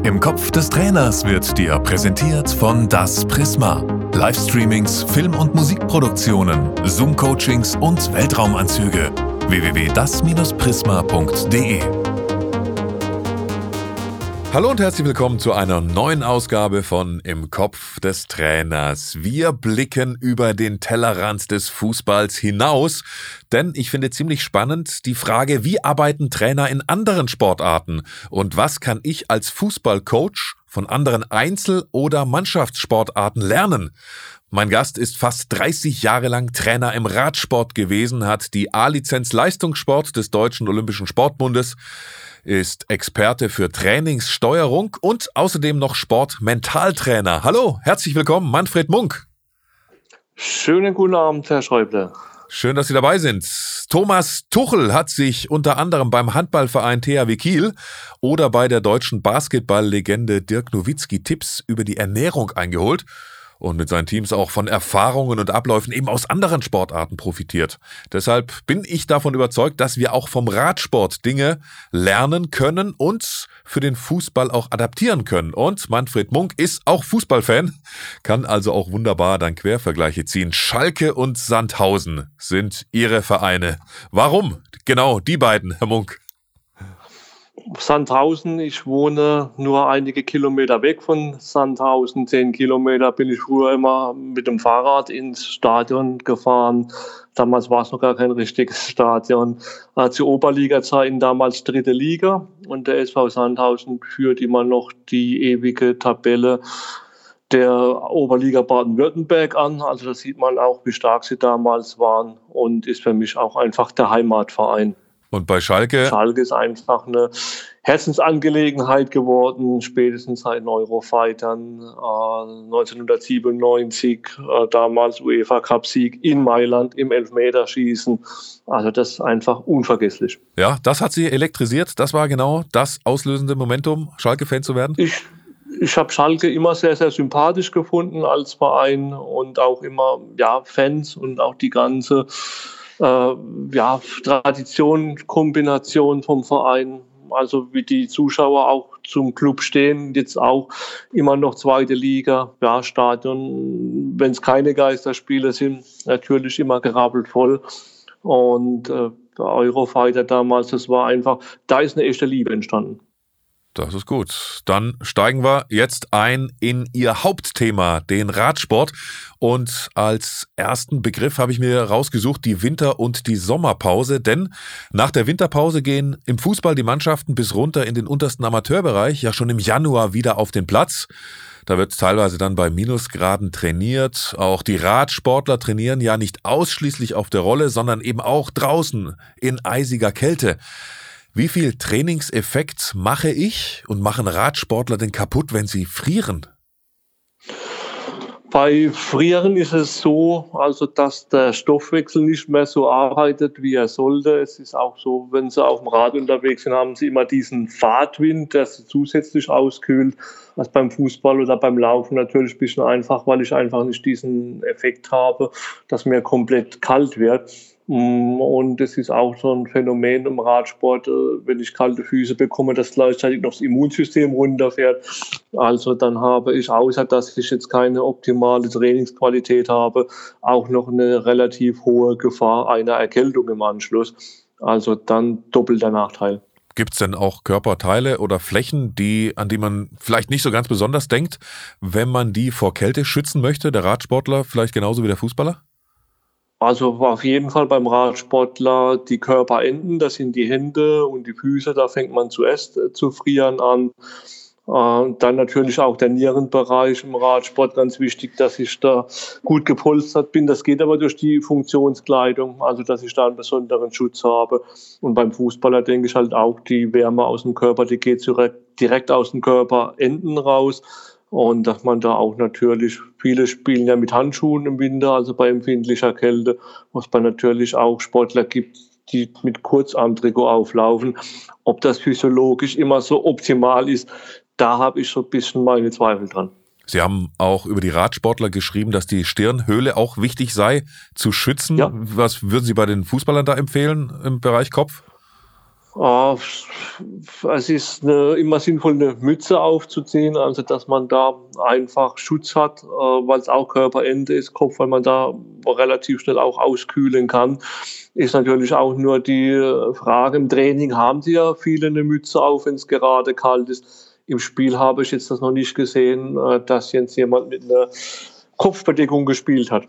Im Kopf des Trainers wird dir präsentiert von Das Prisma. Livestreamings, Film- und Musikproduktionen, Zoom-Coachings und Weltraumanzüge. www.das-prisma.de. Hallo und herzlich willkommen zu einer neuen Ausgabe von Im Kopf des Trainers. Wir blicken über den Tellerrand des Fußballs hinaus, denn ich finde ziemlich spannend die Frage, wie arbeiten Trainer in anderen Sportarten und was kann ich als Fußballcoach von anderen Einzel- oder Mannschaftssportarten lernen? Mein Gast ist fast 30 Jahre lang Trainer im Radsport gewesen, hat die A-Lizenz Leistungssport des Deutschen Olympischen Sportbundes, ist Experte für Trainingssteuerung und außerdem noch Sportmentaltrainer. Hallo, herzlich willkommen, Manfred Munk. Schönen guten Abend, Herr Schäuble. Schön, dass Sie dabei sind. Thomas Tuchel hat sich unter anderem beim Handballverein THW Kiel oder bei der deutschen Basketballlegende Dirk Nowitzki Tipps über die Ernährung eingeholt und mit seinen Teams auch von Erfahrungen und Abläufen eben aus anderen Sportarten profitiert. Deshalb bin ich davon überzeugt, dass wir auch vom Radsport Dinge lernen können und für den Fußball auch adaptieren können. Und Manfred Munk ist auch Fußballfan, kann also auch wunderbar dann Quervergleiche ziehen. Schalke und Sandhausen sind Ihre Vereine. Warum genau die beiden, Herr Munk? Sandhausen, ich wohne nur einige Kilometer weg von Sandhausen. 10 Kilometer bin ich früher immer mit dem Fahrrad ins Stadion gefahren. Damals war es noch gar kein richtiges Stadion. Zu Oberliga-Zeiten damals 3. Liga. Und der SV Sandhausen führt immer noch die ewige Tabelle der Oberliga Baden-Württemberg an. Also da sieht man auch, wie stark sie damals waren und ist für mich auch einfach der Heimatverein. Und bei Schalke? Schalke ist einfach eine Herzensangelegenheit geworden, spätestens seit den Eurofightern 1997, damals UEFA-Cup-Sieg in Mailand im Elfmeterschießen. Also das ist einfach unvergesslich. Ja, das hat Sie elektrisiert. Das war genau das auslösende Momentum, Schalke-Fan zu werden? Ich habe Schalke immer sehr, sehr sympathisch gefunden als Verein und auch immer Fans und auch die ganze Tradition, Kombination vom Verein, also wie die Zuschauer auch zum Club stehen, jetzt auch immer noch 2. Liga, Stadion, wenn es keine Geisterspiele sind, natürlich immer gerappelt voll und der Eurofighter damals, das war einfach, da ist eine echte Liebe entstanden. Das ist gut. Dann steigen wir jetzt ein in Ihr Hauptthema, den Radsport. Und als ersten Begriff habe ich mir rausgesucht die Winter- und die Sommerpause. Denn nach der Winterpause gehen im Fußball die Mannschaften bis runter in den untersten Amateurbereich ja schon im Januar wieder auf den Platz. Da wird teilweise dann bei Minusgraden trainiert. Auch die Radsportler trainieren ja nicht ausschließlich auf der Rolle, sondern eben auch draußen in eisiger Kälte. Wie viel Trainingseffekt mache ich und machen Radsportler denn kaputt, wenn sie frieren? Bei Frieren ist es so, also dass der Stoffwechsel nicht mehr so arbeitet, wie er sollte. Es ist auch so, wenn Sie auf dem Rad unterwegs sind, haben Sie immer diesen Fahrtwind, der Sie zusätzlich auskühlt. Was beim Fußball oder beim Laufen natürlich ein bisschen einfach, weil ich einfach nicht diesen Effekt habe, dass mir komplett kalt wird. Und es ist auch so ein Phänomen im Radsport, wenn ich kalte Füße bekomme, dass gleichzeitig noch das Immunsystem runterfährt. Also dann habe ich, außer dass ich jetzt keine optimale Trainingsqualität habe, auch noch eine relativ hohe Gefahr einer Erkältung im Anschluss. Also dann doppelter Nachteil. Gibt es denn auch Körperteile oder Flächen, an die man vielleicht nicht so ganz besonders denkt, wenn man die vor Kälte schützen möchte? Der Radsportler vielleicht genauso wie der Fußballer? Also auf jeden Fall beim Radsportler die Körperenden, das sind die Hände und die Füße, da fängt man zuerst zu frieren an. Dann natürlich auch der Nierenbereich im Radsport, ganz wichtig, dass ich da gut gepolstert bin. Das geht aber durch die Funktionskleidung, also dass ich da einen besonderen Schutz habe. Und beim Fußballer denke ich halt auch, die Wärme aus dem Körper, die geht direkt aus dem Körperenden raus. Und dass man da auch natürlich, viele spielen ja mit Handschuhen im Winter, also bei empfindlicher Kälte, was man natürlich auch Sportler gibt, die mit Kurzarmtrikot auflaufen. Ob das physiologisch immer so optimal ist, da habe ich so ein bisschen meine Zweifel dran. Sie haben auch über die Radsportler geschrieben, dass die Stirnhöhle auch wichtig sei, zu schützen. Ja. Was würden Sie bei den Fußballern da empfehlen im Bereich Kopf? Es ist immer sinnvoll, eine Mütze aufzuziehen, also dass man da einfach Schutz hat, weil es auch Körperende ist, Kopf, weil man da relativ schnell auch auskühlen kann. Ist natürlich auch nur die Frage, im Training haben sie ja viele eine Mütze auf, wenn es gerade kalt ist. Im Spiel habe ich jetzt das noch nicht gesehen, dass jetzt jemand mit einer Kopfbedeckung gespielt hat.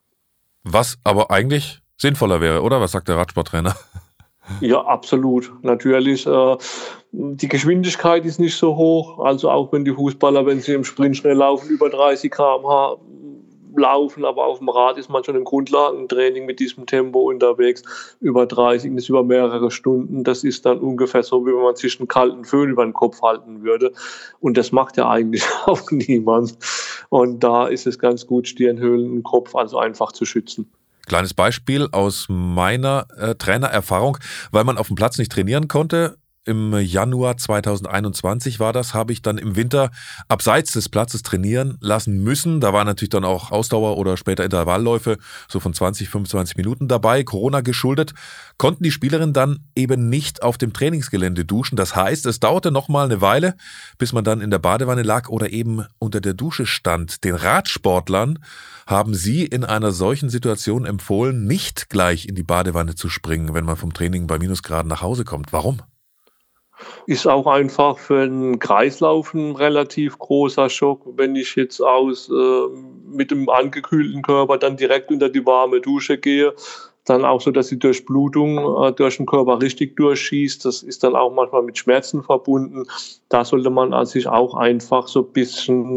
Was aber eigentlich sinnvoller wäre, oder? Was sagt der Radsporttrainer? Ja, absolut. Natürlich. Die Geschwindigkeit ist nicht so hoch. Also auch wenn die Fußballer, wenn sie im Sprint schnell laufen, über 30 km/h laufen, aber auf dem Rad ist man schon im Grundlagentraining mit diesem Tempo unterwegs. Über 30, das über mehrere Stunden. Das ist dann ungefähr so, wie wenn man sich einen kalten Föhn über den Kopf halten würde. Und das macht ja eigentlich auch niemand. Und da ist es ganz gut, Stirnhöhlen und Kopf also einfach zu schützen. Kleines Beispiel aus meiner Trainererfahrung, weil man auf dem Platz nicht trainieren konnte. Im Januar 2021 war das, habe ich dann im Winter abseits des Platzes trainieren lassen müssen. Da war natürlich dann auch Ausdauer oder später Intervallläufe so von 20, 25 Minuten dabei, Corona geschuldet. Konnten die Spielerinnen dann eben nicht auf dem Trainingsgelände duschen. Das heißt, es dauerte nochmal eine Weile, bis man dann in der Badewanne lag oder eben unter der Dusche stand. Den Radsportlern haben Sie in einer solchen Situation empfohlen, nicht gleich in die Badewanne zu springen, wenn man vom Training bei Minusgraden nach Hause kommt. Warum? Ist auch einfach für den Kreislauf ein relativ großer Schock, wenn ich jetzt mit dem angekühlten Körper dann direkt unter die warme Dusche gehe. Dann auch so, dass die Durchblutung durch den Körper richtig durchschießt. Das ist dann auch manchmal mit Schmerzen verbunden. Da sollte man sich auch einfach so ein bisschen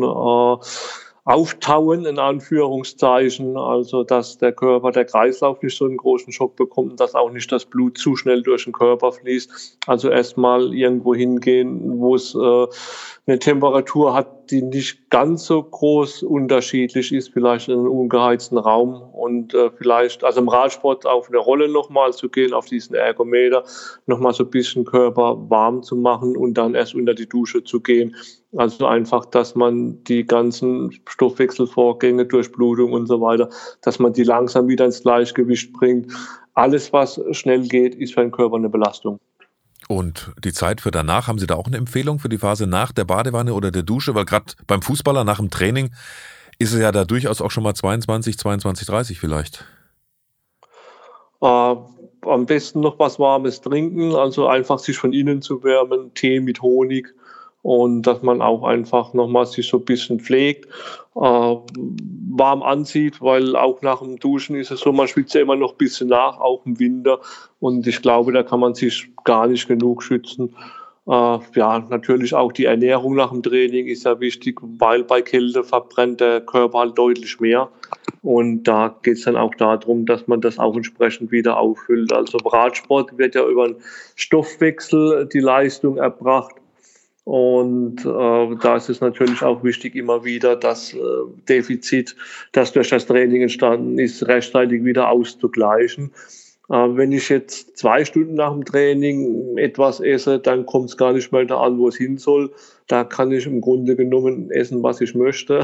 auftauen, in Anführungszeichen, also dass der Körper, der Kreislauf nicht so einen großen Schock bekommt und dass auch nicht das Blut zu schnell durch den Körper fließt. Also erstmal irgendwo hingehen, wo es eine Temperatur hat, die nicht ganz so groß unterschiedlich ist, vielleicht in einem ungeheizten Raum und vielleicht, also im Radsport auf eine Rolle nochmal zu gehen, auf diesen Ergometer, nochmal so ein bisschen Körper warm zu machen und dann erst unter die Dusche zu gehen. Also einfach, dass man die ganzen Stoffwechselvorgänge, Durchblutung und so weiter, dass man die langsam wieder ins Gleichgewicht bringt. Alles, was schnell geht, ist für den Körper eine Belastung. Und die Zeit für danach, haben Sie da auch eine Empfehlung für die Phase nach der Badewanne oder der Dusche? Weil gerade beim Fußballer nach dem Training ist es ja da durchaus auch schon mal 22:30 vielleicht. Am besten noch was Warmes trinken, also einfach sich von innen zu wärmen, Tee mit Honig. Und dass man auch einfach nochmal sich so ein bisschen pflegt, warm anzieht, weil auch nach dem Duschen ist es so, man schwitzt ja immer noch ein bisschen nach, auch im Winter. Und ich glaube, da kann man sich gar nicht genug schützen. Natürlich auch die Ernährung nach dem Training ist ja wichtig, weil bei Kälte verbrennt der Körper halt deutlich mehr. Und da geht es dann auch darum, dass man das auch entsprechend wieder auffüllt. Also im Radsport wird ja über den Stoffwechsel die Leistung erbracht. Und da ist es natürlich auch wichtig, immer wieder das Defizit, das durch das Training entstanden ist, rechtzeitig wieder auszugleichen. Wenn ich jetzt 2 Stunden nach dem Training etwas esse, dann kommt es gar nicht mehr da an, wo es hin soll. Da kann ich im Grunde genommen essen, was ich möchte.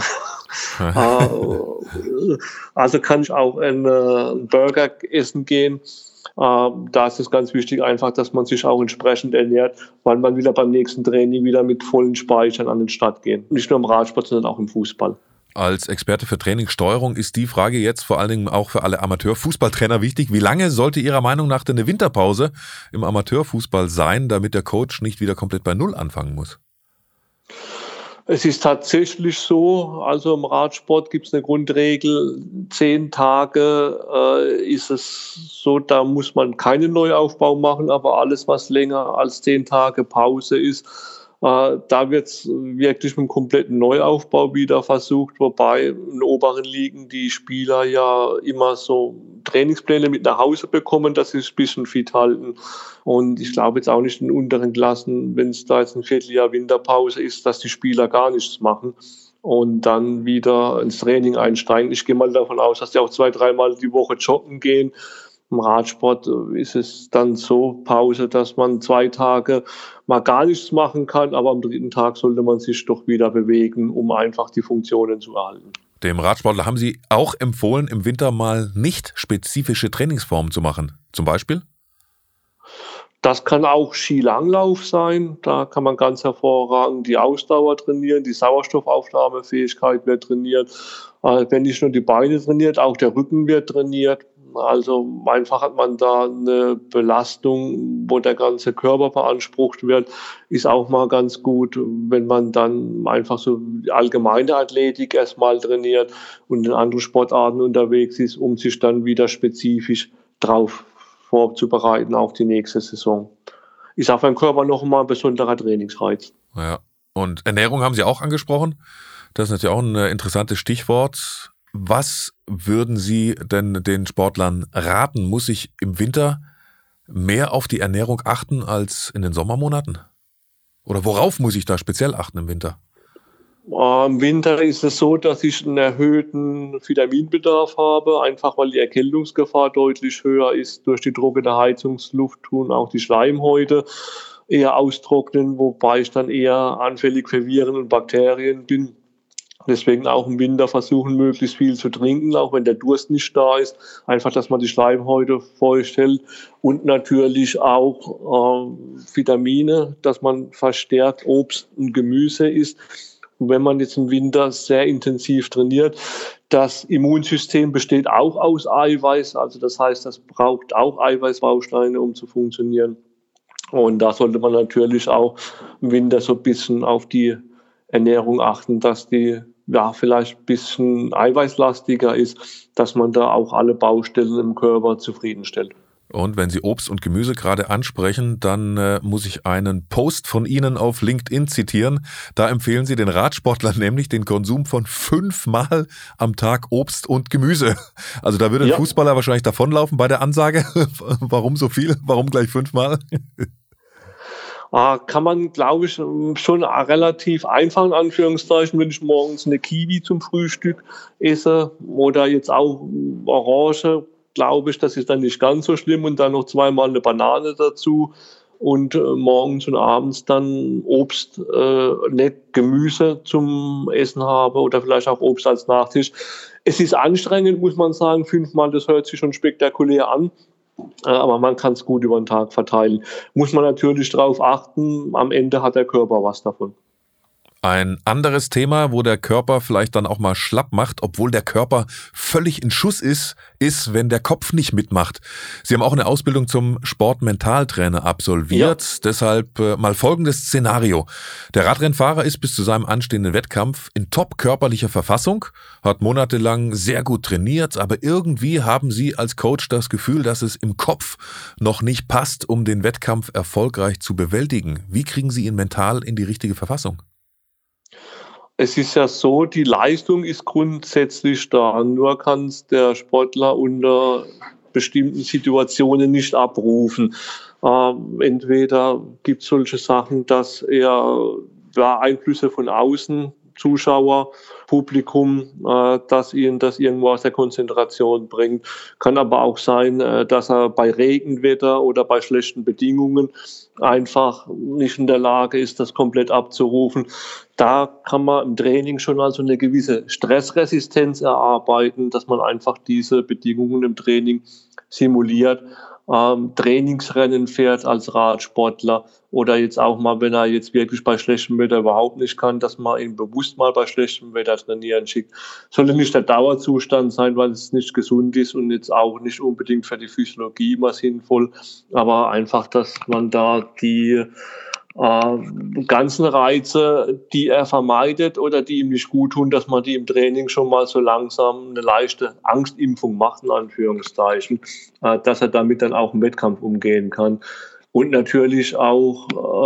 Also kann ich auch einen Burger essen gehen. Da ist es ganz wichtig einfach, dass man sich auch entsprechend ernährt, weil man wieder beim nächsten Training wieder mit vollen Speichern an den Start gehen. Nicht nur im Radsport, sondern auch im Fußball. Als Experte für Trainingssteuerung ist die Frage jetzt vor allen Dingen auch für alle Amateurfußballtrainer wichtig. Wie lange sollte Ihrer Meinung nach denn eine Winterpause im Amateurfußball sein, damit der Coach nicht wieder komplett bei Null anfangen muss? Es ist tatsächlich so, also im Radsport gibt es eine Grundregel, 10 Tage ist es so, da muss man keinen Neuaufbau machen, aber alles, was länger als 10 Tage Pause ist, da wird es wirklich mit einem kompletten Neuaufbau wieder versucht, wobei in oberen Ligen die Spieler ja immer so Trainingspläne mit nach Hause bekommen, dass sie sich ein bisschen fit halten. Und ich glaube jetzt auch nicht in den unteren Klassen, wenn es da jetzt ein Vierteljahr Winterpause ist, dass die Spieler gar nichts machen und dann wieder ins Training einsteigen. Ich gehe mal davon aus, dass die auch 2-3 Mal die Woche joggen gehen. Im Radsport ist es dann so Pause, dass man 2 Tage mal gar nichts machen kann, aber am 3. Tag sollte man sich doch wieder bewegen, um einfach die Funktionen zu erhalten. Dem Radsportler haben Sie auch empfohlen, im Winter mal nicht spezifische Trainingsformen zu machen. Zum Beispiel? Das kann auch Skilanglauf sein. Da kann man ganz hervorragend die Ausdauer trainieren, die Sauerstoffaufnahmefähigkeit wird trainiert. Wenn nicht nur die Beine trainiert, auch der Rücken wird trainiert. Also einfach hat man da eine Belastung, wo der ganze Körper beansprucht wird, ist auch mal ganz gut, wenn man dann einfach so die allgemeine Athletik erstmal trainiert und in anderen Sportarten unterwegs ist, um sich dann wieder spezifisch drauf vorzubereiten auf die nächste Saison. Ist auch für den Körper nochmal ein besonderer Trainingsreiz. Ja. Und Ernährung haben Sie auch angesprochen. Das ist natürlich auch ein interessantes Stichwort. Was würden Sie denn den Sportlern raten? Muss ich im Winter mehr auf die Ernährung achten als in den Sommermonaten? Oder worauf muss ich da speziell achten im Winter? Im Winter ist es so, dass ich einen erhöhten Vitaminbedarf habe, einfach weil die Erkältungsgefahr deutlich höher ist. Durch die trockene Heizungsluft tun auch die Schleimhäute eher austrocknen, wobei ich dann eher anfällig für Viren und Bakterien bin. Deswegen auch im Winter versuchen, möglichst viel zu trinken, auch wenn der Durst nicht da ist. Einfach, dass man die Schleimhäute feucht hält. Und natürlich auch Vitamine, dass man verstärkt Obst und Gemüse isst. Und wenn man jetzt im Winter sehr intensiv trainiert, das Immunsystem besteht auch aus Eiweiß. Also das heißt, das braucht auch Eiweißbausteine, um zu funktionieren. Und da sollte man natürlich auch im Winter so ein bisschen auf die Ernährung achten, dass die vielleicht ein bisschen eiweißlastiger ist, dass man da auch alle Baustellen im Körper zufriedenstellt. Und wenn Sie Obst und Gemüse gerade ansprechen, dann muss ich einen Post von Ihnen auf LinkedIn zitieren. Da empfehlen Sie den Radsportlern nämlich den Konsum von 5-mal am Tag Obst und Gemüse. Also da würde ein Fußballer wahrscheinlich davonlaufen bei der Ansage. Warum so viel? Warum gleich 5-mal? Kann man, glaube ich, schon relativ einfach in Anführungszeichen, wenn ich morgens eine Kiwi zum Frühstück esse oder jetzt auch Orange, glaube ich, das ist dann nicht ganz so schlimm und dann noch 2-mal eine Banane dazu und morgens und abends dann Obst, nicht Gemüse zum Essen habe oder vielleicht auch Obst als Nachtisch. Es ist anstrengend, muss man sagen, 5-mal, das hört sich schon spektakulär an. Aber man kann es gut über den Tag verteilen. Muss man natürlich darauf achten, am Ende hat der Körper was davon. Ein anderes Thema, wo der Körper vielleicht dann auch mal schlapp macht, obwohl der Körper völlig in Schuss ist, wenn der Kopf nicht mitmacht. Sie haben auch eine Ausbildung zum Sportmentaltrainer absolviert. Ja. Deshalb mal folgendes Szenario. Der Radrennfahrer ist bis zu seinem anstehenden Wettkampf in top körperlicher Verfassung, hat monatelang sehr gut trainiert, aber irgendwie haben Sie als Coach das Gefühl, dass es im Kopf noch nicht passt, um den Wettkampf erfolgreich zu bewältigen. Wie kriegen Sie ihn mental in die richtige Verfassung? Es ist ja so, die Leistung ist grundsätzlich da, nur kann es der Sportler unter bestimmten Situationen nicht abrufen. Entweder gibt es solche Sachen, dass er Einflüsse von außen, Zuschauer, Publikum, dass ihn das irgendwo aus der Konzentration bringt. Kann aber auch sein, dass er bei Regenwetter oder bei schlechten Bedingungen einfach nicht in der Lage ist, das komplett abzurufen. Da kann man im Training schon also eine gewisse Stressresistenz erarbeiten, dass man einfach diese Bedingungen im Training simuliert. Trainingsrennen fährt als Radsportler oder jetzt auch mal, wenn er jetzt wirklich bei schlechtem Wetter überhaupt nicht kann, dass man ihn bewusst mal bei schlechtem Wetter trainieren schickt. Sollte nicht der Dauerzustand sein, weil es nicht gesund ist und jetzt auch nicht unbedingt für die Physiologie immer sinnvoll, aber einfach, dass man da die ganzen Reize, die er vermeidet oder die ihm nicht gut tun, dass man die im Training schon mal so langsam eine leichte Angstimpfung macht, in Anführungszeichen, dass er damit dann auch im Wettkampf umgehen kann. Und natürlich auch,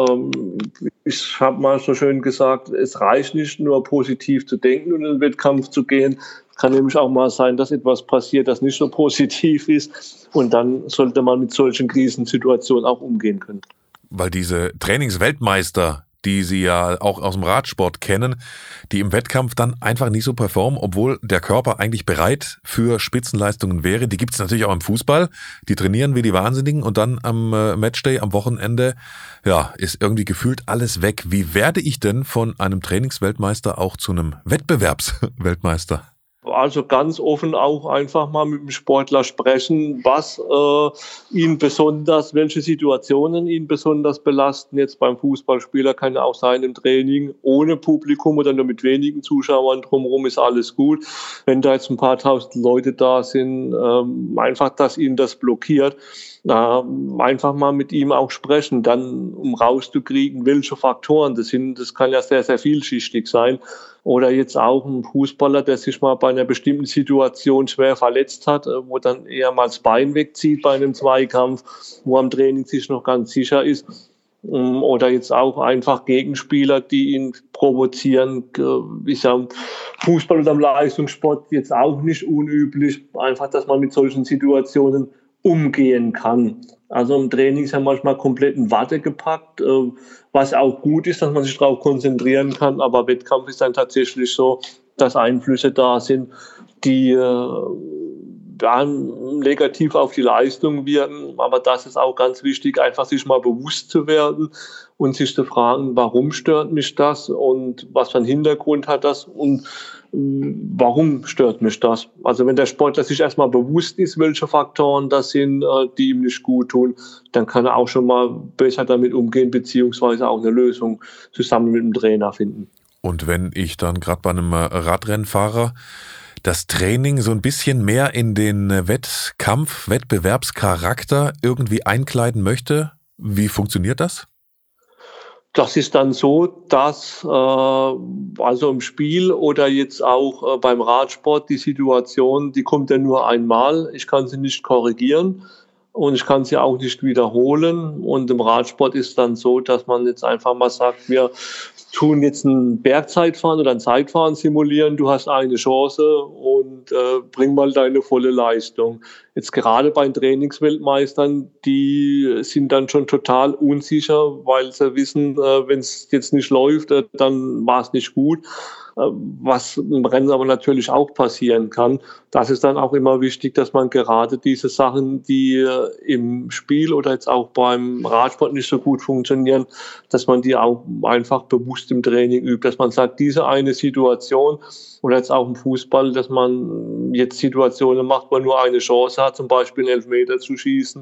ich habe mal so schön gesagt, es reicht nicht nur positiv zu denken und in den Wettkampf zu gehen. Es kann nämlich auch mal sein, dass etwas passiert, das nicht so positiv ist. Und dann sollte man mit solchen Krisensituationen auch umgehen können. Weil diese Trainingsweltmeister, die Sie ja auch aus dem Radsport kennen, die im Wettkampf dann einfach nicht so performen, obwohl der Körper eigentlich bereit für Spitzenleistungen wäre. Die gibt es natürlich auch im Fußball. Die trainieren wie die Wahnsinnigen und dann am Matchday, am Wochenende, ist irgendwie gefühlt alles weg. Wie werde ich denn von einem Trainingsweltmeister auch zu einem Wettbewerbsweltmeister? Also ganz offen auch einfach mal mit dem Sportler sprechen, was welche Situationen ihn besonders belasten. Jetzt beim Fußballspieler kann ja auch sein, im Training ohne Publikum oder nur mit wenigen Zuschauern drumherum ist alles gut. Wenn da jetzt ein paar tausend Leute da sind, einfach, dass ihn das blockiert. Einfach mal mit ihm auch sprechen, dann um rauszukriegen, welche Faktoren das sind. Das kann ja sehr, sehr vielschichtig sein. Oder jetzt auch ein Fußballer, der sich mal bei einer bestimmten Situation schwer verletzt hat, wo dann eher mal das Bein wegzieht bei einem Zweikampf, wo am Training sich noch ganz sicher ist. Oder jetzt auch einfach Gegenspieler, die ihn provozieren. Ist ja im Fußball oder im Leistungssport jetzt auch nicht unüblich. Einfach, dass man mit solchen Situationen umgehen kann. Also im Training ist ja manchmal komplett in Watte gepackt, was auch gut ist, dass man sich darauf konzentrieren kann. Aber Wettkampf ist dann tatsächlich so, dass Einflüsse da sind, die negativ auf die Leistung wirken. Aber das ist auch ganz wichtig, einfach sich mal bewusst zu werden und sich zu fragen, warum stört mich das und was für einen Hintergrund hat das und warum stört mich das? Also wenn der Sportler sich erstmal bewusst ist, welche Faktoren das sind, die ihm nicht gut tun, dann kann er auch schon mal besser damit umgehen, beziehungsweise auch eine Lösung zusammen mit dem Trainer finden. Und wenn ich dann gerade bei einem Radrennfahrer das Training so ein bisschen mehr in den Wettbewerbscharakter irgendwie einkleiden möchte, wie funktioniert das? Das ist dann so, dass also im Spiel oder jetzt auch beim Radsport die Situation, die kommt ja nur einmal. Ich kann sie nicht korrigieren und ich kann sie auch nicht wiederholen. Und im Radsport ist dann so, dass man jetzt einfach mal sagt, wir tun jetzt ein Bergzeitfahren oder ein Zeitfahren simulieren. Du hast eine Chance und bring mal deine volle Leistung. Jetzt gerade bei den Trainingsweltmeistern, die sind dann schon total unsicher, weil sie wissen, wenn es jetzt nicht läuft, dann war es nicht gut. Was im Rennen aber natürlich auch passieren kann. Das ist dann auch immer wichtig, dass man gerade diese Sachen, die im Spiel oder jetzt auch beim Radsport nicht so gut funktionieren, dass man die auch einfach bewusst im Training übt, dass man sagt, diese eine Situation oder jetzt auch im Fußball, dass man jetzt Situationen macht, wo man nur eine Chance hat, zum Beispiel einen Elfmeter zu schießen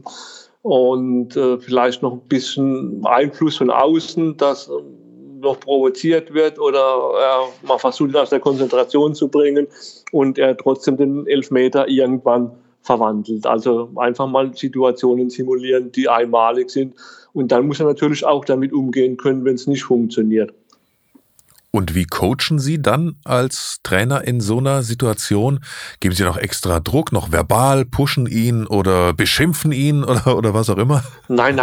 und vielleicht noch ein bisschen Einfluss von außen, dass noch provoziert wird oder man versucht, aus der Konzentration zu bringen und er trotzdem den Elfmeter irgendwann verwandelt. Also einfach mal Situationen simulieren, die einmalig sind. Und dann muss er natürlich auch damit umgehen können, wenn es nicht funktioniert. Und wie coachen Sie dann als Trainer in so einer Situation? Geben Sie noch extra Druck, noch verbal, pushen ihn oder beschimpfen ihn oder was auch immer? Nein,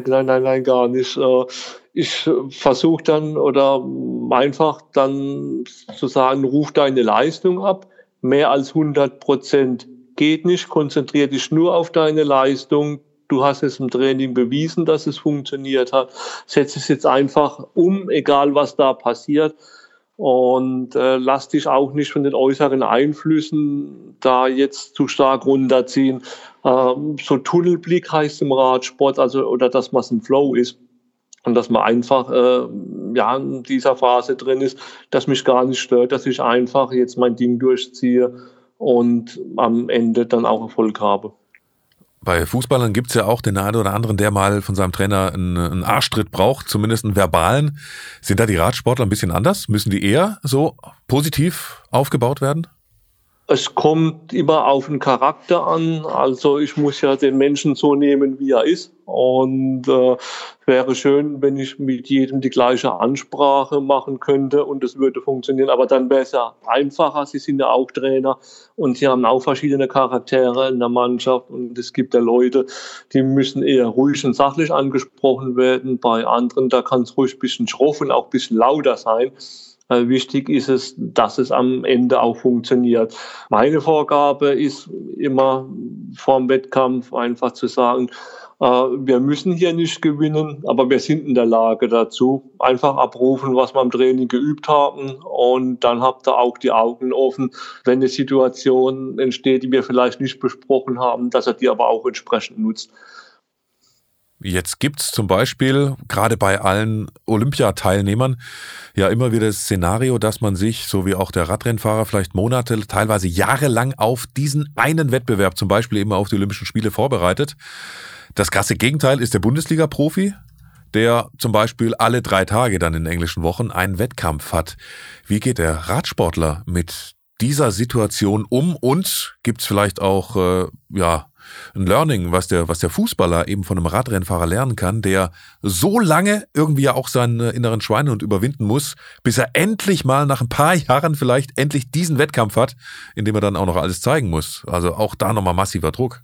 gar nicht. Ich versuche dann oder einfach dann zu sagen, ruf deine Leistung ab. Mehr als 100% geht nicht. Konzentriere dich nur auf deine Leistung. Du hast es im Training bewiesen, dass es funktioniert hat. Setz es jetzt einfach um, egal was da passiert. Und lass dich auch nicht von den äußeren Einflüssen da jetzt zu stark runterziehen. So Tunnelblick heißt im Radsport, also oder dass man im Flow ist. Und dass man einfach in dieser Phase drin ist, dass mich gar nicht stört, dass ich einfach jetzt mein Ding durchziehe und am Ende dann auch Erfolg habe. Bei Fußballern gibt es ja auch den einen oder anderen, der mal von seinem Trainer einen Arschtritt braucht, zumindest einen verbalen. Sind da die Radsportler ein bisschen anders? Müssen die eher so positiv aufgebaut werden? Es kommt immer auf den Charakter an. Also ich muss ja den Menschen so nehmen, wie er ist. Und wäre schön, wenn ich mit jedem die gleiche Ansprache machen könnte und es würde funktionieren. Aber dann wäre es ja einfacher. Sie sind ja auch Trainer und sie haben auch verschiedene Charaktere in der Mannschaft. Und es gibt ja Leute, die müssen eher ruhig und sachlich angesprochen werden. Bei anderen, da kann es ruhig ein bisschen schroff und auch ein bisschen lauter sein. Wichtig ist es, dass es am Ende auch funktioniert. Meine Vorgabe ist immer vor dem Wettkampf einfach zu sagen, wir müssen hier nicht gewinnen, aber wir sind in der Lage dazu. Einfach abrufen, was wir im Training geübt haben und dann habt ihr auch die Augen offen, wenn eine Situation entsteht, die wir vielleicht nicht besprochen haben, dass ihr die aber auch entsprechend nutzt. Jetzt gibt's zum Beispiel gerade bei allen Olympiateilnehmern ja immer wieder das Szenario, dass man sich, so wie auch der Radrennfahrer, vielleicht Monate, teilweise jahrelang auf diesen einen Wettbewerb, zum Beispiel eben auf die Olympischen Spiele, vorbereitet. Das krasse Gegenteil ist der Bundesliga-Profi, der zum Beispiel alle 3 Tage dann in den englischen Wochen einen Wettkampf hat. Wie geht der Radsportler mit dieser Situation um und gibt's vielleicht auch ein Learning, was der Fußballer eben von einem Radrennfahrer lernen kann, der so lange irgendwie ja auch seinen inneren Schweinehund überwinden muss, bis er endlich mal nach ein paar Jahren vielleicht endlich diesen Wettkampf hat, in dem er dann auch noch alles zeigen muss. Also auch da nochmal massiver Druck.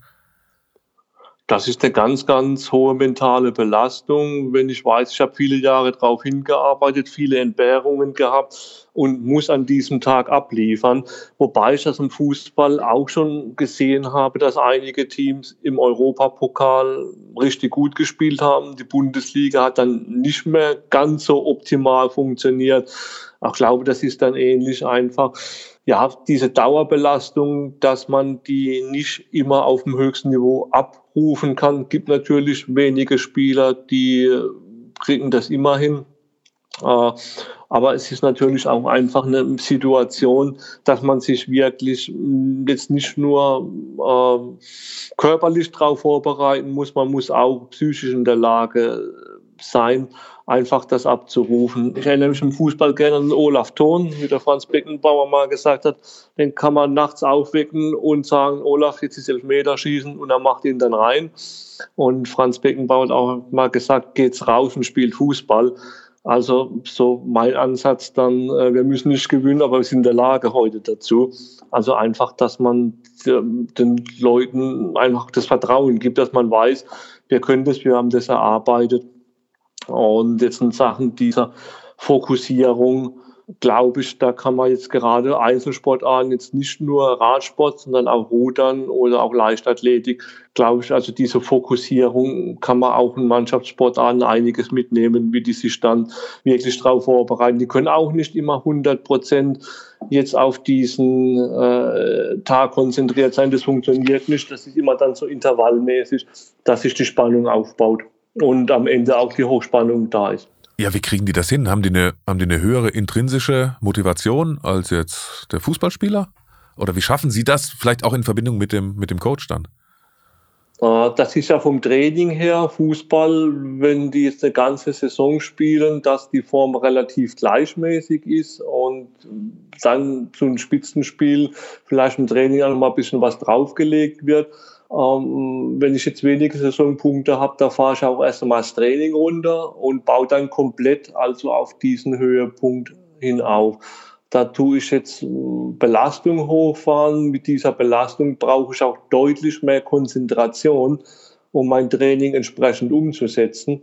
Das ist eine ganz, ganz hohe mentale Belastung. Wenn ich weiß, ich habe viele Jahre darauf hingearbeitet, viele Entbehrungen gehabt und muss an diesem Tag abliefern. Wobei ich das im Fußball auch schon gesehen habe, dass einige Teams im Europapokal richtig gut gespielt haben. Die Bundesliga hat dann nicht mehr ganz so optimal funktioniert. Ich glaube, das ist dann ähnlich einfach. Ja, diese Dauerbelastung, dass man die nicht immer auf dem höchsten Niveau abrufen kann, gibt natürlich wenige Spieler, die kriegen das immer hin. Aber es ist natürlich auch einfach eine Situation, dass man sich wirklich jetzt nicht nur körperlich darauf vorbereiten muss, man muss auch psychisch in der Lage sein, einfach das abzurufen. Ich erinnere mich im Fußball gerne an Olaf Thon, wie der Franz Beckenbauer mal gesagt hat, den kann man nachts aufwecken und sagen, Olaf, jetzt ist Elfmeterschießen und er macht ihn dann rein. Und Franz Beckenbauer hat auch mal gesagt, geht's raus und spielt Fußball. Also so mein Ansatz dann, wir müssen nicht gewinnen, aber wir sind in der Lage heute dazu. Also einfach, dass man den Leuten einfach das Vertrauen gibt, dass man weiß, wir können das, wir haben das erarbeitet. Und jetzt in Sachen dieser Fokussierung, glaube ich, da kann man jetzt gerade Einzelsportarten, jetzt nicht nur Radsport, sondern auch Rudern oder auch Leichtathletik, glaube ich, also diese Fokussierung kann man auch in Mannschaftssportarten einiges mitnehmen, wie die sich dann wirklich darauf vorbereiten. Die können auch nicht immer 100% jetzt auf diesen Tag konzentriert sein. Das funktioniert nicht. Das ist immer dann so intervallmäßig, dass sich die Spannung aufbaut und am Ende auch die Hochspannung da ist. Ja, wie kriegen die das hin? Haben die eine höhere intrinsische Motivation als jetzt der Fußballspieler? Oder wie schaffen sie das? Vielleicht auch in Verbindung mit dem Coach dann? Das ist ja vom Training her, Fußball, wenn die jetzt eine ganze Saison spielen, dass die Form relativ gleichmäßig ist und dann zu einem Spitzenspiel vielleicht im Training auch noch mal ein bisschen was draufgelegt wird. Wenn ich jetzt wenige Saisonpunkte habe, da fahre ich auch erst einmal das Training runter und baue dann komplett also auf diesen Höhepunkt hinauf. Da tue ich jetzt Belastung hochfahren. Mit dieser Belastung brauche ich auch deutlich mehr Konzentration, um mein Training entsprechend umzusetzen.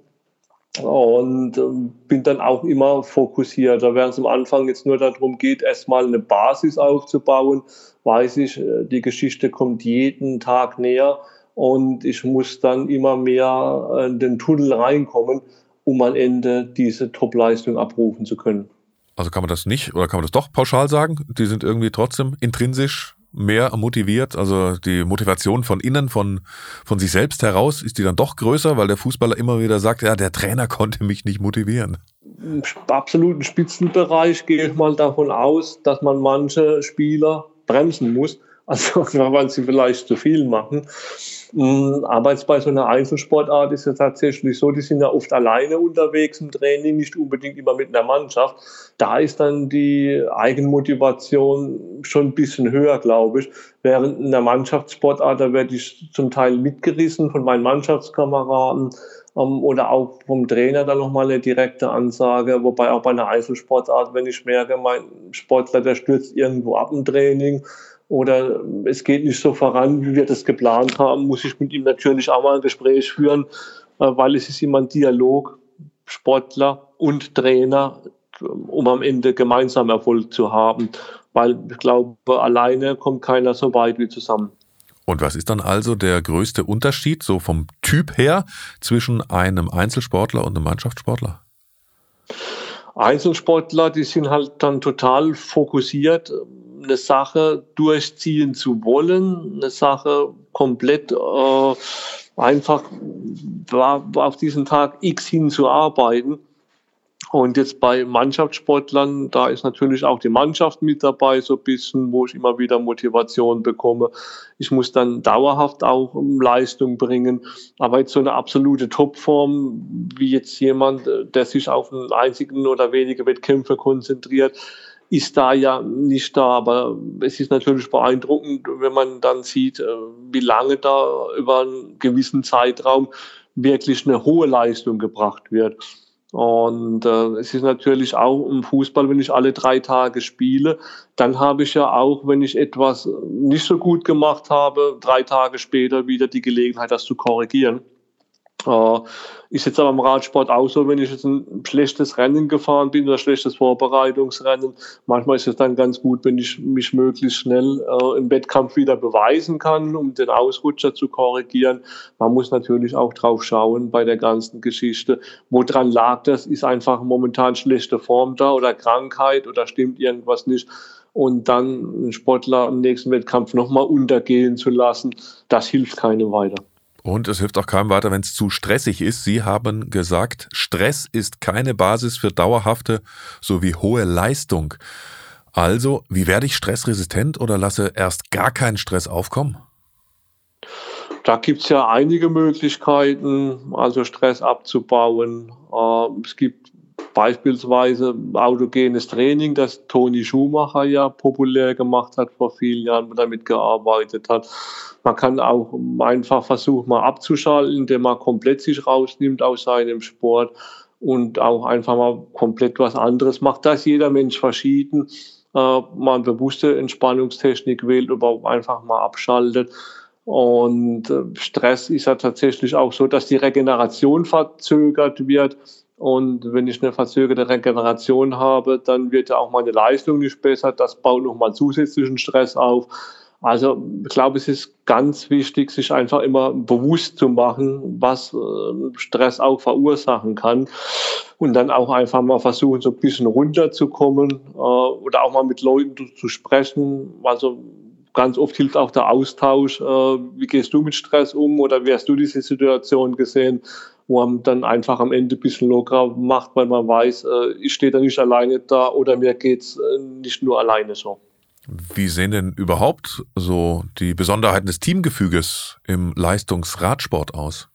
Und bin dann auch immer fokussierter. Während es am Anfang jetzt nur darum geht, erstmal eine Basis aufzubauen, weiß ich, die Geschichte kommt jeden Tag näher und ich muss dann immer mehr in den Tunnel reinkommen, um am Ende diese Top-Leistung abrufen zu können. Also kann man das nicht oder kann man das doch pauschal sagen? Die sind irgendwie trotzdem intrinsisch mehr motiviert, also die Motivation von innen, von sich selbst heraus, ist die dann doch größer, weil der Fußballer immer wieder sagt, ja, der Trainer konnte mich nicht motivieren. Im absoluten Spitzenbereich gehe ich mal davon aus, dass man manche Spieler bremsen muss, also weil sie vielleicht zu viel machen. Aber jetzt bei so einer Einzelsportart ist es tatsächlich so, die sind ja oft alleine unterwegs im Training, nicht unbedingt immer mit einer Mannschaft. Da ist dann die Eigenmotivation schon ein bisschen höher, glaube ich. Während in einer Mannschaftssportart, da werde ich zum Teil mitgerissen von meinen Mannschaftskameraden oder auch vom Trainer dann nochmal eine direkte Ansage. Wobei auch bei einer Einzelsportart, wenn ich merke, mein Sportler, der stürzt irgendwo ab im Training, oder es geht nicht so voran, wie wir das geplant haben, muss ich mit ihm natürlich auch mal ein Gespräch führen, weil es ist immer ein Dialog, Sportler und Trainer, um am Ende gemeinsam Erfolg zu haben. Weil ich glaube, alleine kommt keiner so weit wie zusammen. Und was ist dann also der größte Unterschied, so vom Typ her, zwischen einem Einzelsportler und einem Mannschaftssportler? Einzelsportler, die sind halt dann total fokussiert, eine Sache durchziehen zu wollen, eine Sache komplett einfach war auf diesen Tag X hinzuarbeiten. Und jetzt bei Mannschaftssportlern, da ist natürlich auch die Mannschaft mit dabei, so ein bisschen, wo ich immer wieder Motivation bekomme. Ich muss dann dauerhaft auch Leistung bringen. Aber jetzt so eine absolute Topform, wie jetzt jemand, der sich auf einen einzigen oder wenige Wettkämpfe konzentriert, ist da ja nicht da. Aber es ist natürlich beeindruckend, wenn man dann sieht, wie lange da über einen gewissen Zeitraum wirklich eine hohe Leistung gebracht wird. Und es ist natürlich auch im Fußball, wenn ich alle 3 Tage spiele, dann habe ich ja auch, wenn ich etwas nicht so gut gemacht habe, 3 Tage später wieder die Gelegenheit, das zu korrigieren. Ist jetzt aber im Radsport auch so, wenn ich jetzt ein schlechtes Rennen gefahren bin oder schlechtes Vorbereitungsrennen, manchmal ist es dann ganz gut, wenn ich mich möglichst schnell im Wettkampf wieder beweisen kann, um den Ausrutscher zu korrigieren. Man muss natürlich auch drauf schauen bei der ganzen Geschichte, woran lag das? Ist einfach momentan schlechte Form da oder Krankheit oder stimmt irgendwas nicht? Und dann einen Sportler im nächsten Wettkampf nochmal untergehen zu lassen, das hilft keinem weiter. Und es hilft auch keinem weiter, wenn es zu stressig ist. Sie haben gesagt, Stress ist keine Basis für dauerhafte sowie hohe Leistung. Also, wie werde ich stressresistent oder lasse erst gar keinen Stress aufkommen? Da gibt es ja einige Möglichkeiten, also Stress abzubauen. Es gibt beispielsweise autogenes Training, das Toni Schumacher ja populär gemacht hat vor vielen Jahren, wo damit gearbeitet hat. Man kann auch einfach versuchen, mal abzuschalten, indem man komplett sich rausnimmt aus seinem Sport und auch einfach mal komplett was anderes macht. Da ist jeder Mensch verschieden. Man bewusste Entspannungstechnik wählt oder auch einfach mal abschaltet. Und Stress ist ja tatsächlich auch so, dass die Regeneration verzögert wird. Und wenn ich eine verzögerte Regeneration habe, dann wird ja auch meine Leistung nicht besser. Das baut nochmal zusätzlichen Stress auf. Also ich glaube, es ist ganz wichtig, sich einfach immer bewusst zu machen, was Stress auch verursachen kann. Und dann auch einfach mal versuchen, so ein bisschen runterzukommen oder auch mal mit Leuten zu sprechen. Also ganz oft hilft auch der Austausch. Wie gehst du mit Stress um oder wie hast du diese Situation gesehen, wo man dann einfach am Ende ein bisschen lockerer macht, weil man weiß, ich stehe da nicht alleine da oder mir geht's nicht nur alleine so. Wie sehen denn überhaupt so die Besonderheiten des Teamgefüges im Leistungsradsport aus?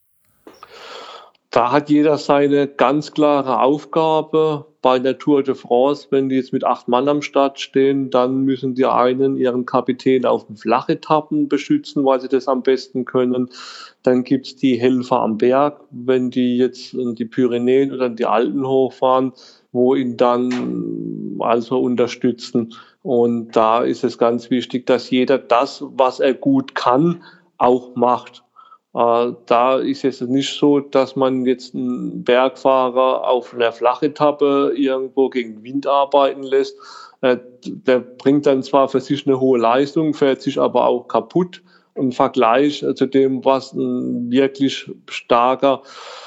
Da hat jeder seine ganz klare Aufgabe. Bei der Tour de France, wenn die jetzt mit 8 Mann am Start stehen, dann müssen die einen ihren Kapitän auf den Flachetappen beschützen, weil sie das am besten können. Dann gibt's die Helfer am Berg, wenn die jetzt in die Pyrenäen oder in die Alpen hochfahren, wo ihn dann also unterstützen. Und da ist es ganz wichtig, dass jeder das, was er gut kann, auch macht. Da ist es nicht so, dass man jetzt einen Bergfahrer auf einer Flachetappe irgendwo gegen Wind arbeiten lässt. Der bringt dann zwar für sich eine hohe Leistung, fährt sich aber auch kaputt im Vergleich zu dem, was ein wirklich starker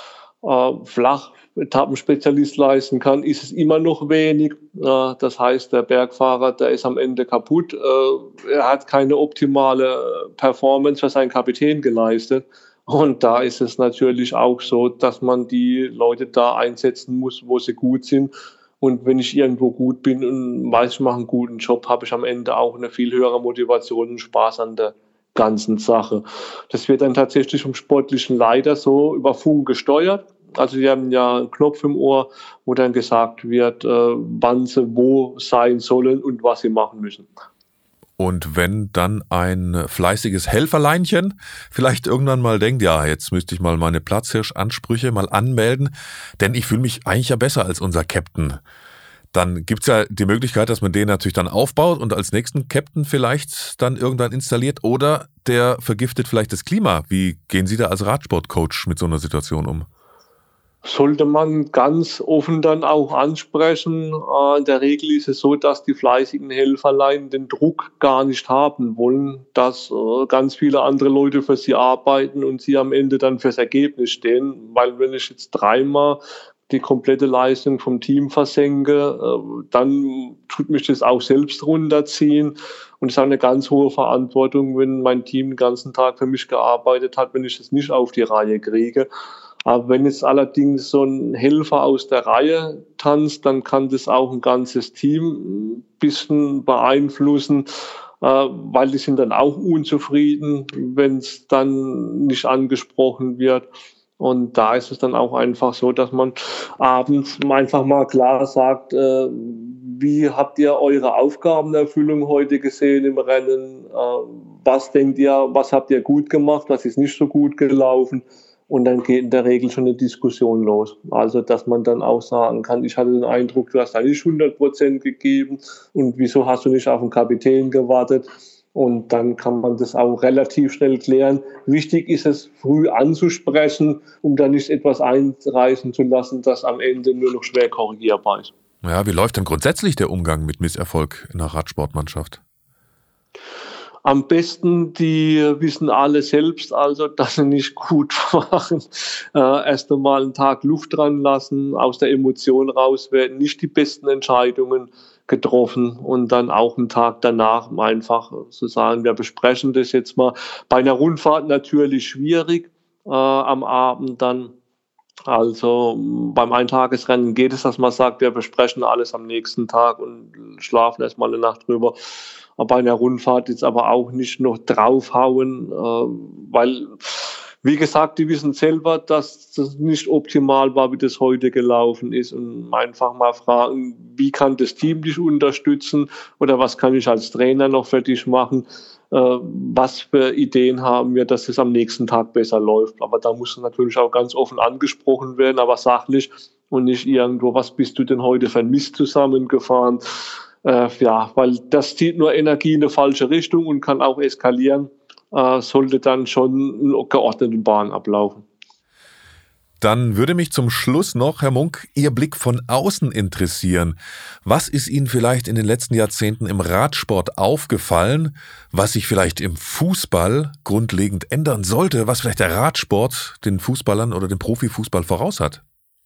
Flachetapenspezialist leisten kann, ist es immer noch wenig. Das heißt, der Bergfahrer, der ist am Ende kaputt. Er hat keine optimale Performance für seinen Kapitän geleistet. Und da ist es natürlich auch so, dass man die Leute da einsetzen muss, wo sie gut sind. Und wenn ich irgendwo gut bin und weiß, ich mache einen guten Job, habe ich am Ende auch eine viel höhere Motivation und Spaß an der ganzen Sache. Das wird dann tatsächlich vom sportlichen Leiter so über Funk gesteuert. Also die haben ja einen Knopf im Ohr, wo dann gesagt wird, wann sie wo sein sollen und was sie machen müssen. Und wenn dann ein fleißiges Helferleinchen vielleicht irgendwann mal denkt, ja, jetzt müsste ich mal meine Platzhirschansprüche mal anmelden, denn ich fühle mich eigentlich ja besser als unser Captain. Dann gibt's ja die Möglichkeit, dass man den natürlich dann aufbaut und als nächsten Captain vielleicht dann irgendwann installiert oder der vergiftet vielleicht das Klima. Wie gehen Sie da als Radsportcoach mit so einer Situation um? Sollte man ganz offen dann auch ansprechen. In der Regel ist es so, dass die fleißigen Helferlein den Druck gar nicht haben wollen, dass ganz viele andere Leute für sie arbeiten und sie am Ende dann fürs Ergebnis stehen. Weil wenn ich jetzt dreimal die komplette Leistung vom Team versenke, dann tut mich das auch selbst runterziehen. Und es ist auch eine ganz hohe Verantwortung, wenn mein Team den ganzen Tag für mich gearbeitet hat, wenn ich es nicht auf die Reihe kriege. Aber wenn jetzt allerdings so ein Helfer aus der Reihe tanzt, dann kann das auch ein ganzes Team ein bisschen beeinflussen, weil die sind dann auch unzufrieden, wenn es dann nicht angesprochen wird. Und da ist es dann auch einfach so, dass man abends einfach mal klar sagt, wie habt ihr eure Aufgabenerfüllung heute gesehen im Rennen? Was denkt ihr, was habt ihr gut gemacht, was ist nicht so gut gelaufen? Und dann geht in der Regel schon eine Diskussion los. Also, dass man dann auch sagen kann, ich hatte den Eindruck, du hast da nicht 100% gegeben und wieso hast du nicht auf den Kapitän gewartet? Und dann kann man das auch relativ schnell klären. Wichtig ist es, früh anzusprechen, um dann nicht etwas einreißen zu lassen, das am Ende nur noch schwer korrigierbar ist. Ja, wie läuft denn grundsätzlich der Umgang mit Misserfolg in der Radsportmannschaft? Am besten, die wissen alle selbst, also dass sie nicht gut waren. Erst einmal einen Tag Luft dran lassen, aus der Emotion raus werden, nicht die besten Entscheidungen getroffen und dann auch einen Tag danach einfach zu sagen, wir besprechen das jetzt mal. Bei einer Rundfahrt natürlich schwierig am Abend dann. Also beim Eintagesrennen geht es, dass man sagt, wir besprechen alles am nächsten Tag und schlafen erstmal eine Nacht drüber. Aber bei einer Rundfahrt jetzt aber auch nicht noch draufhauen, weil, wie gesagt, die wissen selber, dass das nicht optimal war, wie das heute gelaufen ist. Und einfach mal fragen, wie kann das Team dich unterstützen oder was kann ich als Trainer noch für dich machen? Was für Ideen haben wir, dass es am nächsten Tag besser läuft. Aber da muss natürlich auch ganz offen angesprochen werden, aber sachlich und nicht irgendwo, was bist du denn heute für ein Mist zusammengefahren? Weil das zieht nur Energie in eine falsche Richtung und kann auch eskalieren, sollte dann schon in geordneten Bahnen ablaufen. Dann würde mich zum Schluss noch, Herr Munk, Ihr Blick von außen interessieren. Was ist Ihnen vielleicht in den letzten Jahrzehnten im Radsport aufgefallen, was sich vielleicht im Fußball grundlegend ändern sollte, was vielleicht der Radsport den Fußballern oder dem Profifußball voraus hat?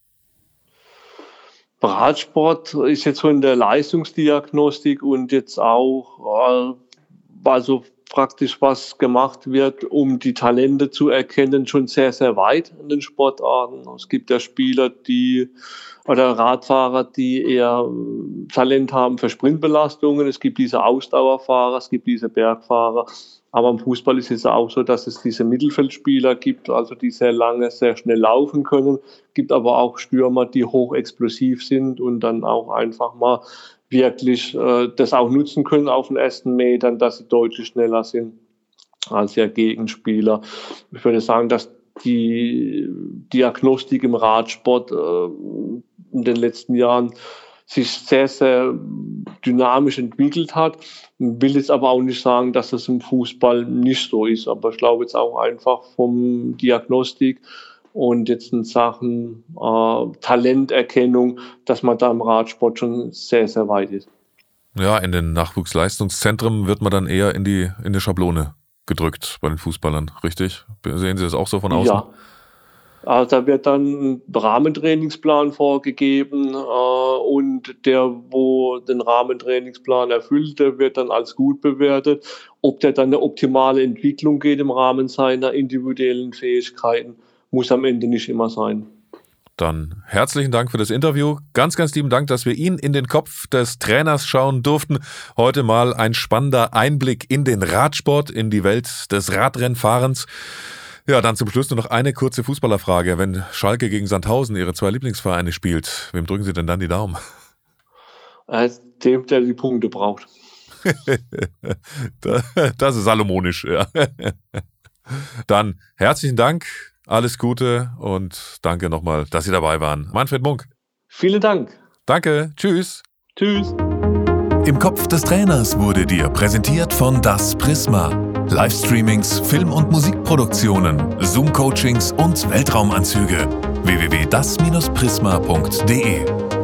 Radsport ist jetzt so in der Leistungsdiagnostik und jetzt auch, also praktisch was gemacht wird, um die Talente zu erkennen, schon sehr, sehr weit in den Sportarten. Es gibt ja Spieler, oder Radfahrer, die eher Talent haben für Sprintbelastungen. Es gibt diese Ausdauerfahrer, es gibt diese Bergfahrer. Aber im Fußball ist es auch so, dass es diese Mittelfeldspieler gibt, also die sehr lange, sehr schnell laufen können. Es gibt aber auch Stürmer, die hochexplosiv sind und dann auch einfach mal wirklich das auch nutzen können auf den ersten Metern, dass sie deutlich schneller sind als ihr Gegenspieler. Ich würde sagen, dass die Diagnostik im Radsport in den letzten Jahren sich sehr, sehr dynamisch entwickelt hat. Ich will jetzt aber auch nicht sagen, dass das im Fußball nicht so ist. Aber ich glaube jetzt auch einfach vom Diagnostik und jetzt in Sachen Talenterkennung, dass man da im Radsport schon sehr, sehr weit ist. Ja, in den Nachwuchsleistungszentren wird man dann eher in die Schablone gedrückt bei den Fußballern, richtig? Sehen Sie das auch so von außen? Ja. Also da wird dann ein Rahmentrainingsplan vorgegeben und der, wo den Rahmentrainingsplan erfüllt, der wird dann als gut bewertet. Ob der dann eine optimale Entwicklung geht im Rahmen seiner individuellen Fähigkeiten, muss am Ende nicht immer sein. Dann herzlichen Dank für das Interview. Ganz, ganz lieben Dank, dass wir Ihnen in den Kopf des Trainers schauen durften. Heute mal ein spannender Einblick in den Radsport, in die Welt des Radrennfahrens. Ja, dann zum Schluss nur noch eine kurze Fußballerfrage. Wenn Schalke gegen Sandhausen Ihre zwei Lieblingsvereine spielt, wem drücken Sie denn dann die Daumen? Dem, der die Punkte braucht. Das ist salomonisch, ja. Dann herzlichen Dank, alles Gute und danke nochmal, dass Sie dabei waren. Manfred Munk. Vielen Dank. Danke, tschüss. Tschüss. Im Kopf des Trainers wurde dir präsentiert von Das Prisma. Livestreamings, Film- und Musikproduktionen, Zoom-Coachings und Weltraumanzüge. www.das-prisma.de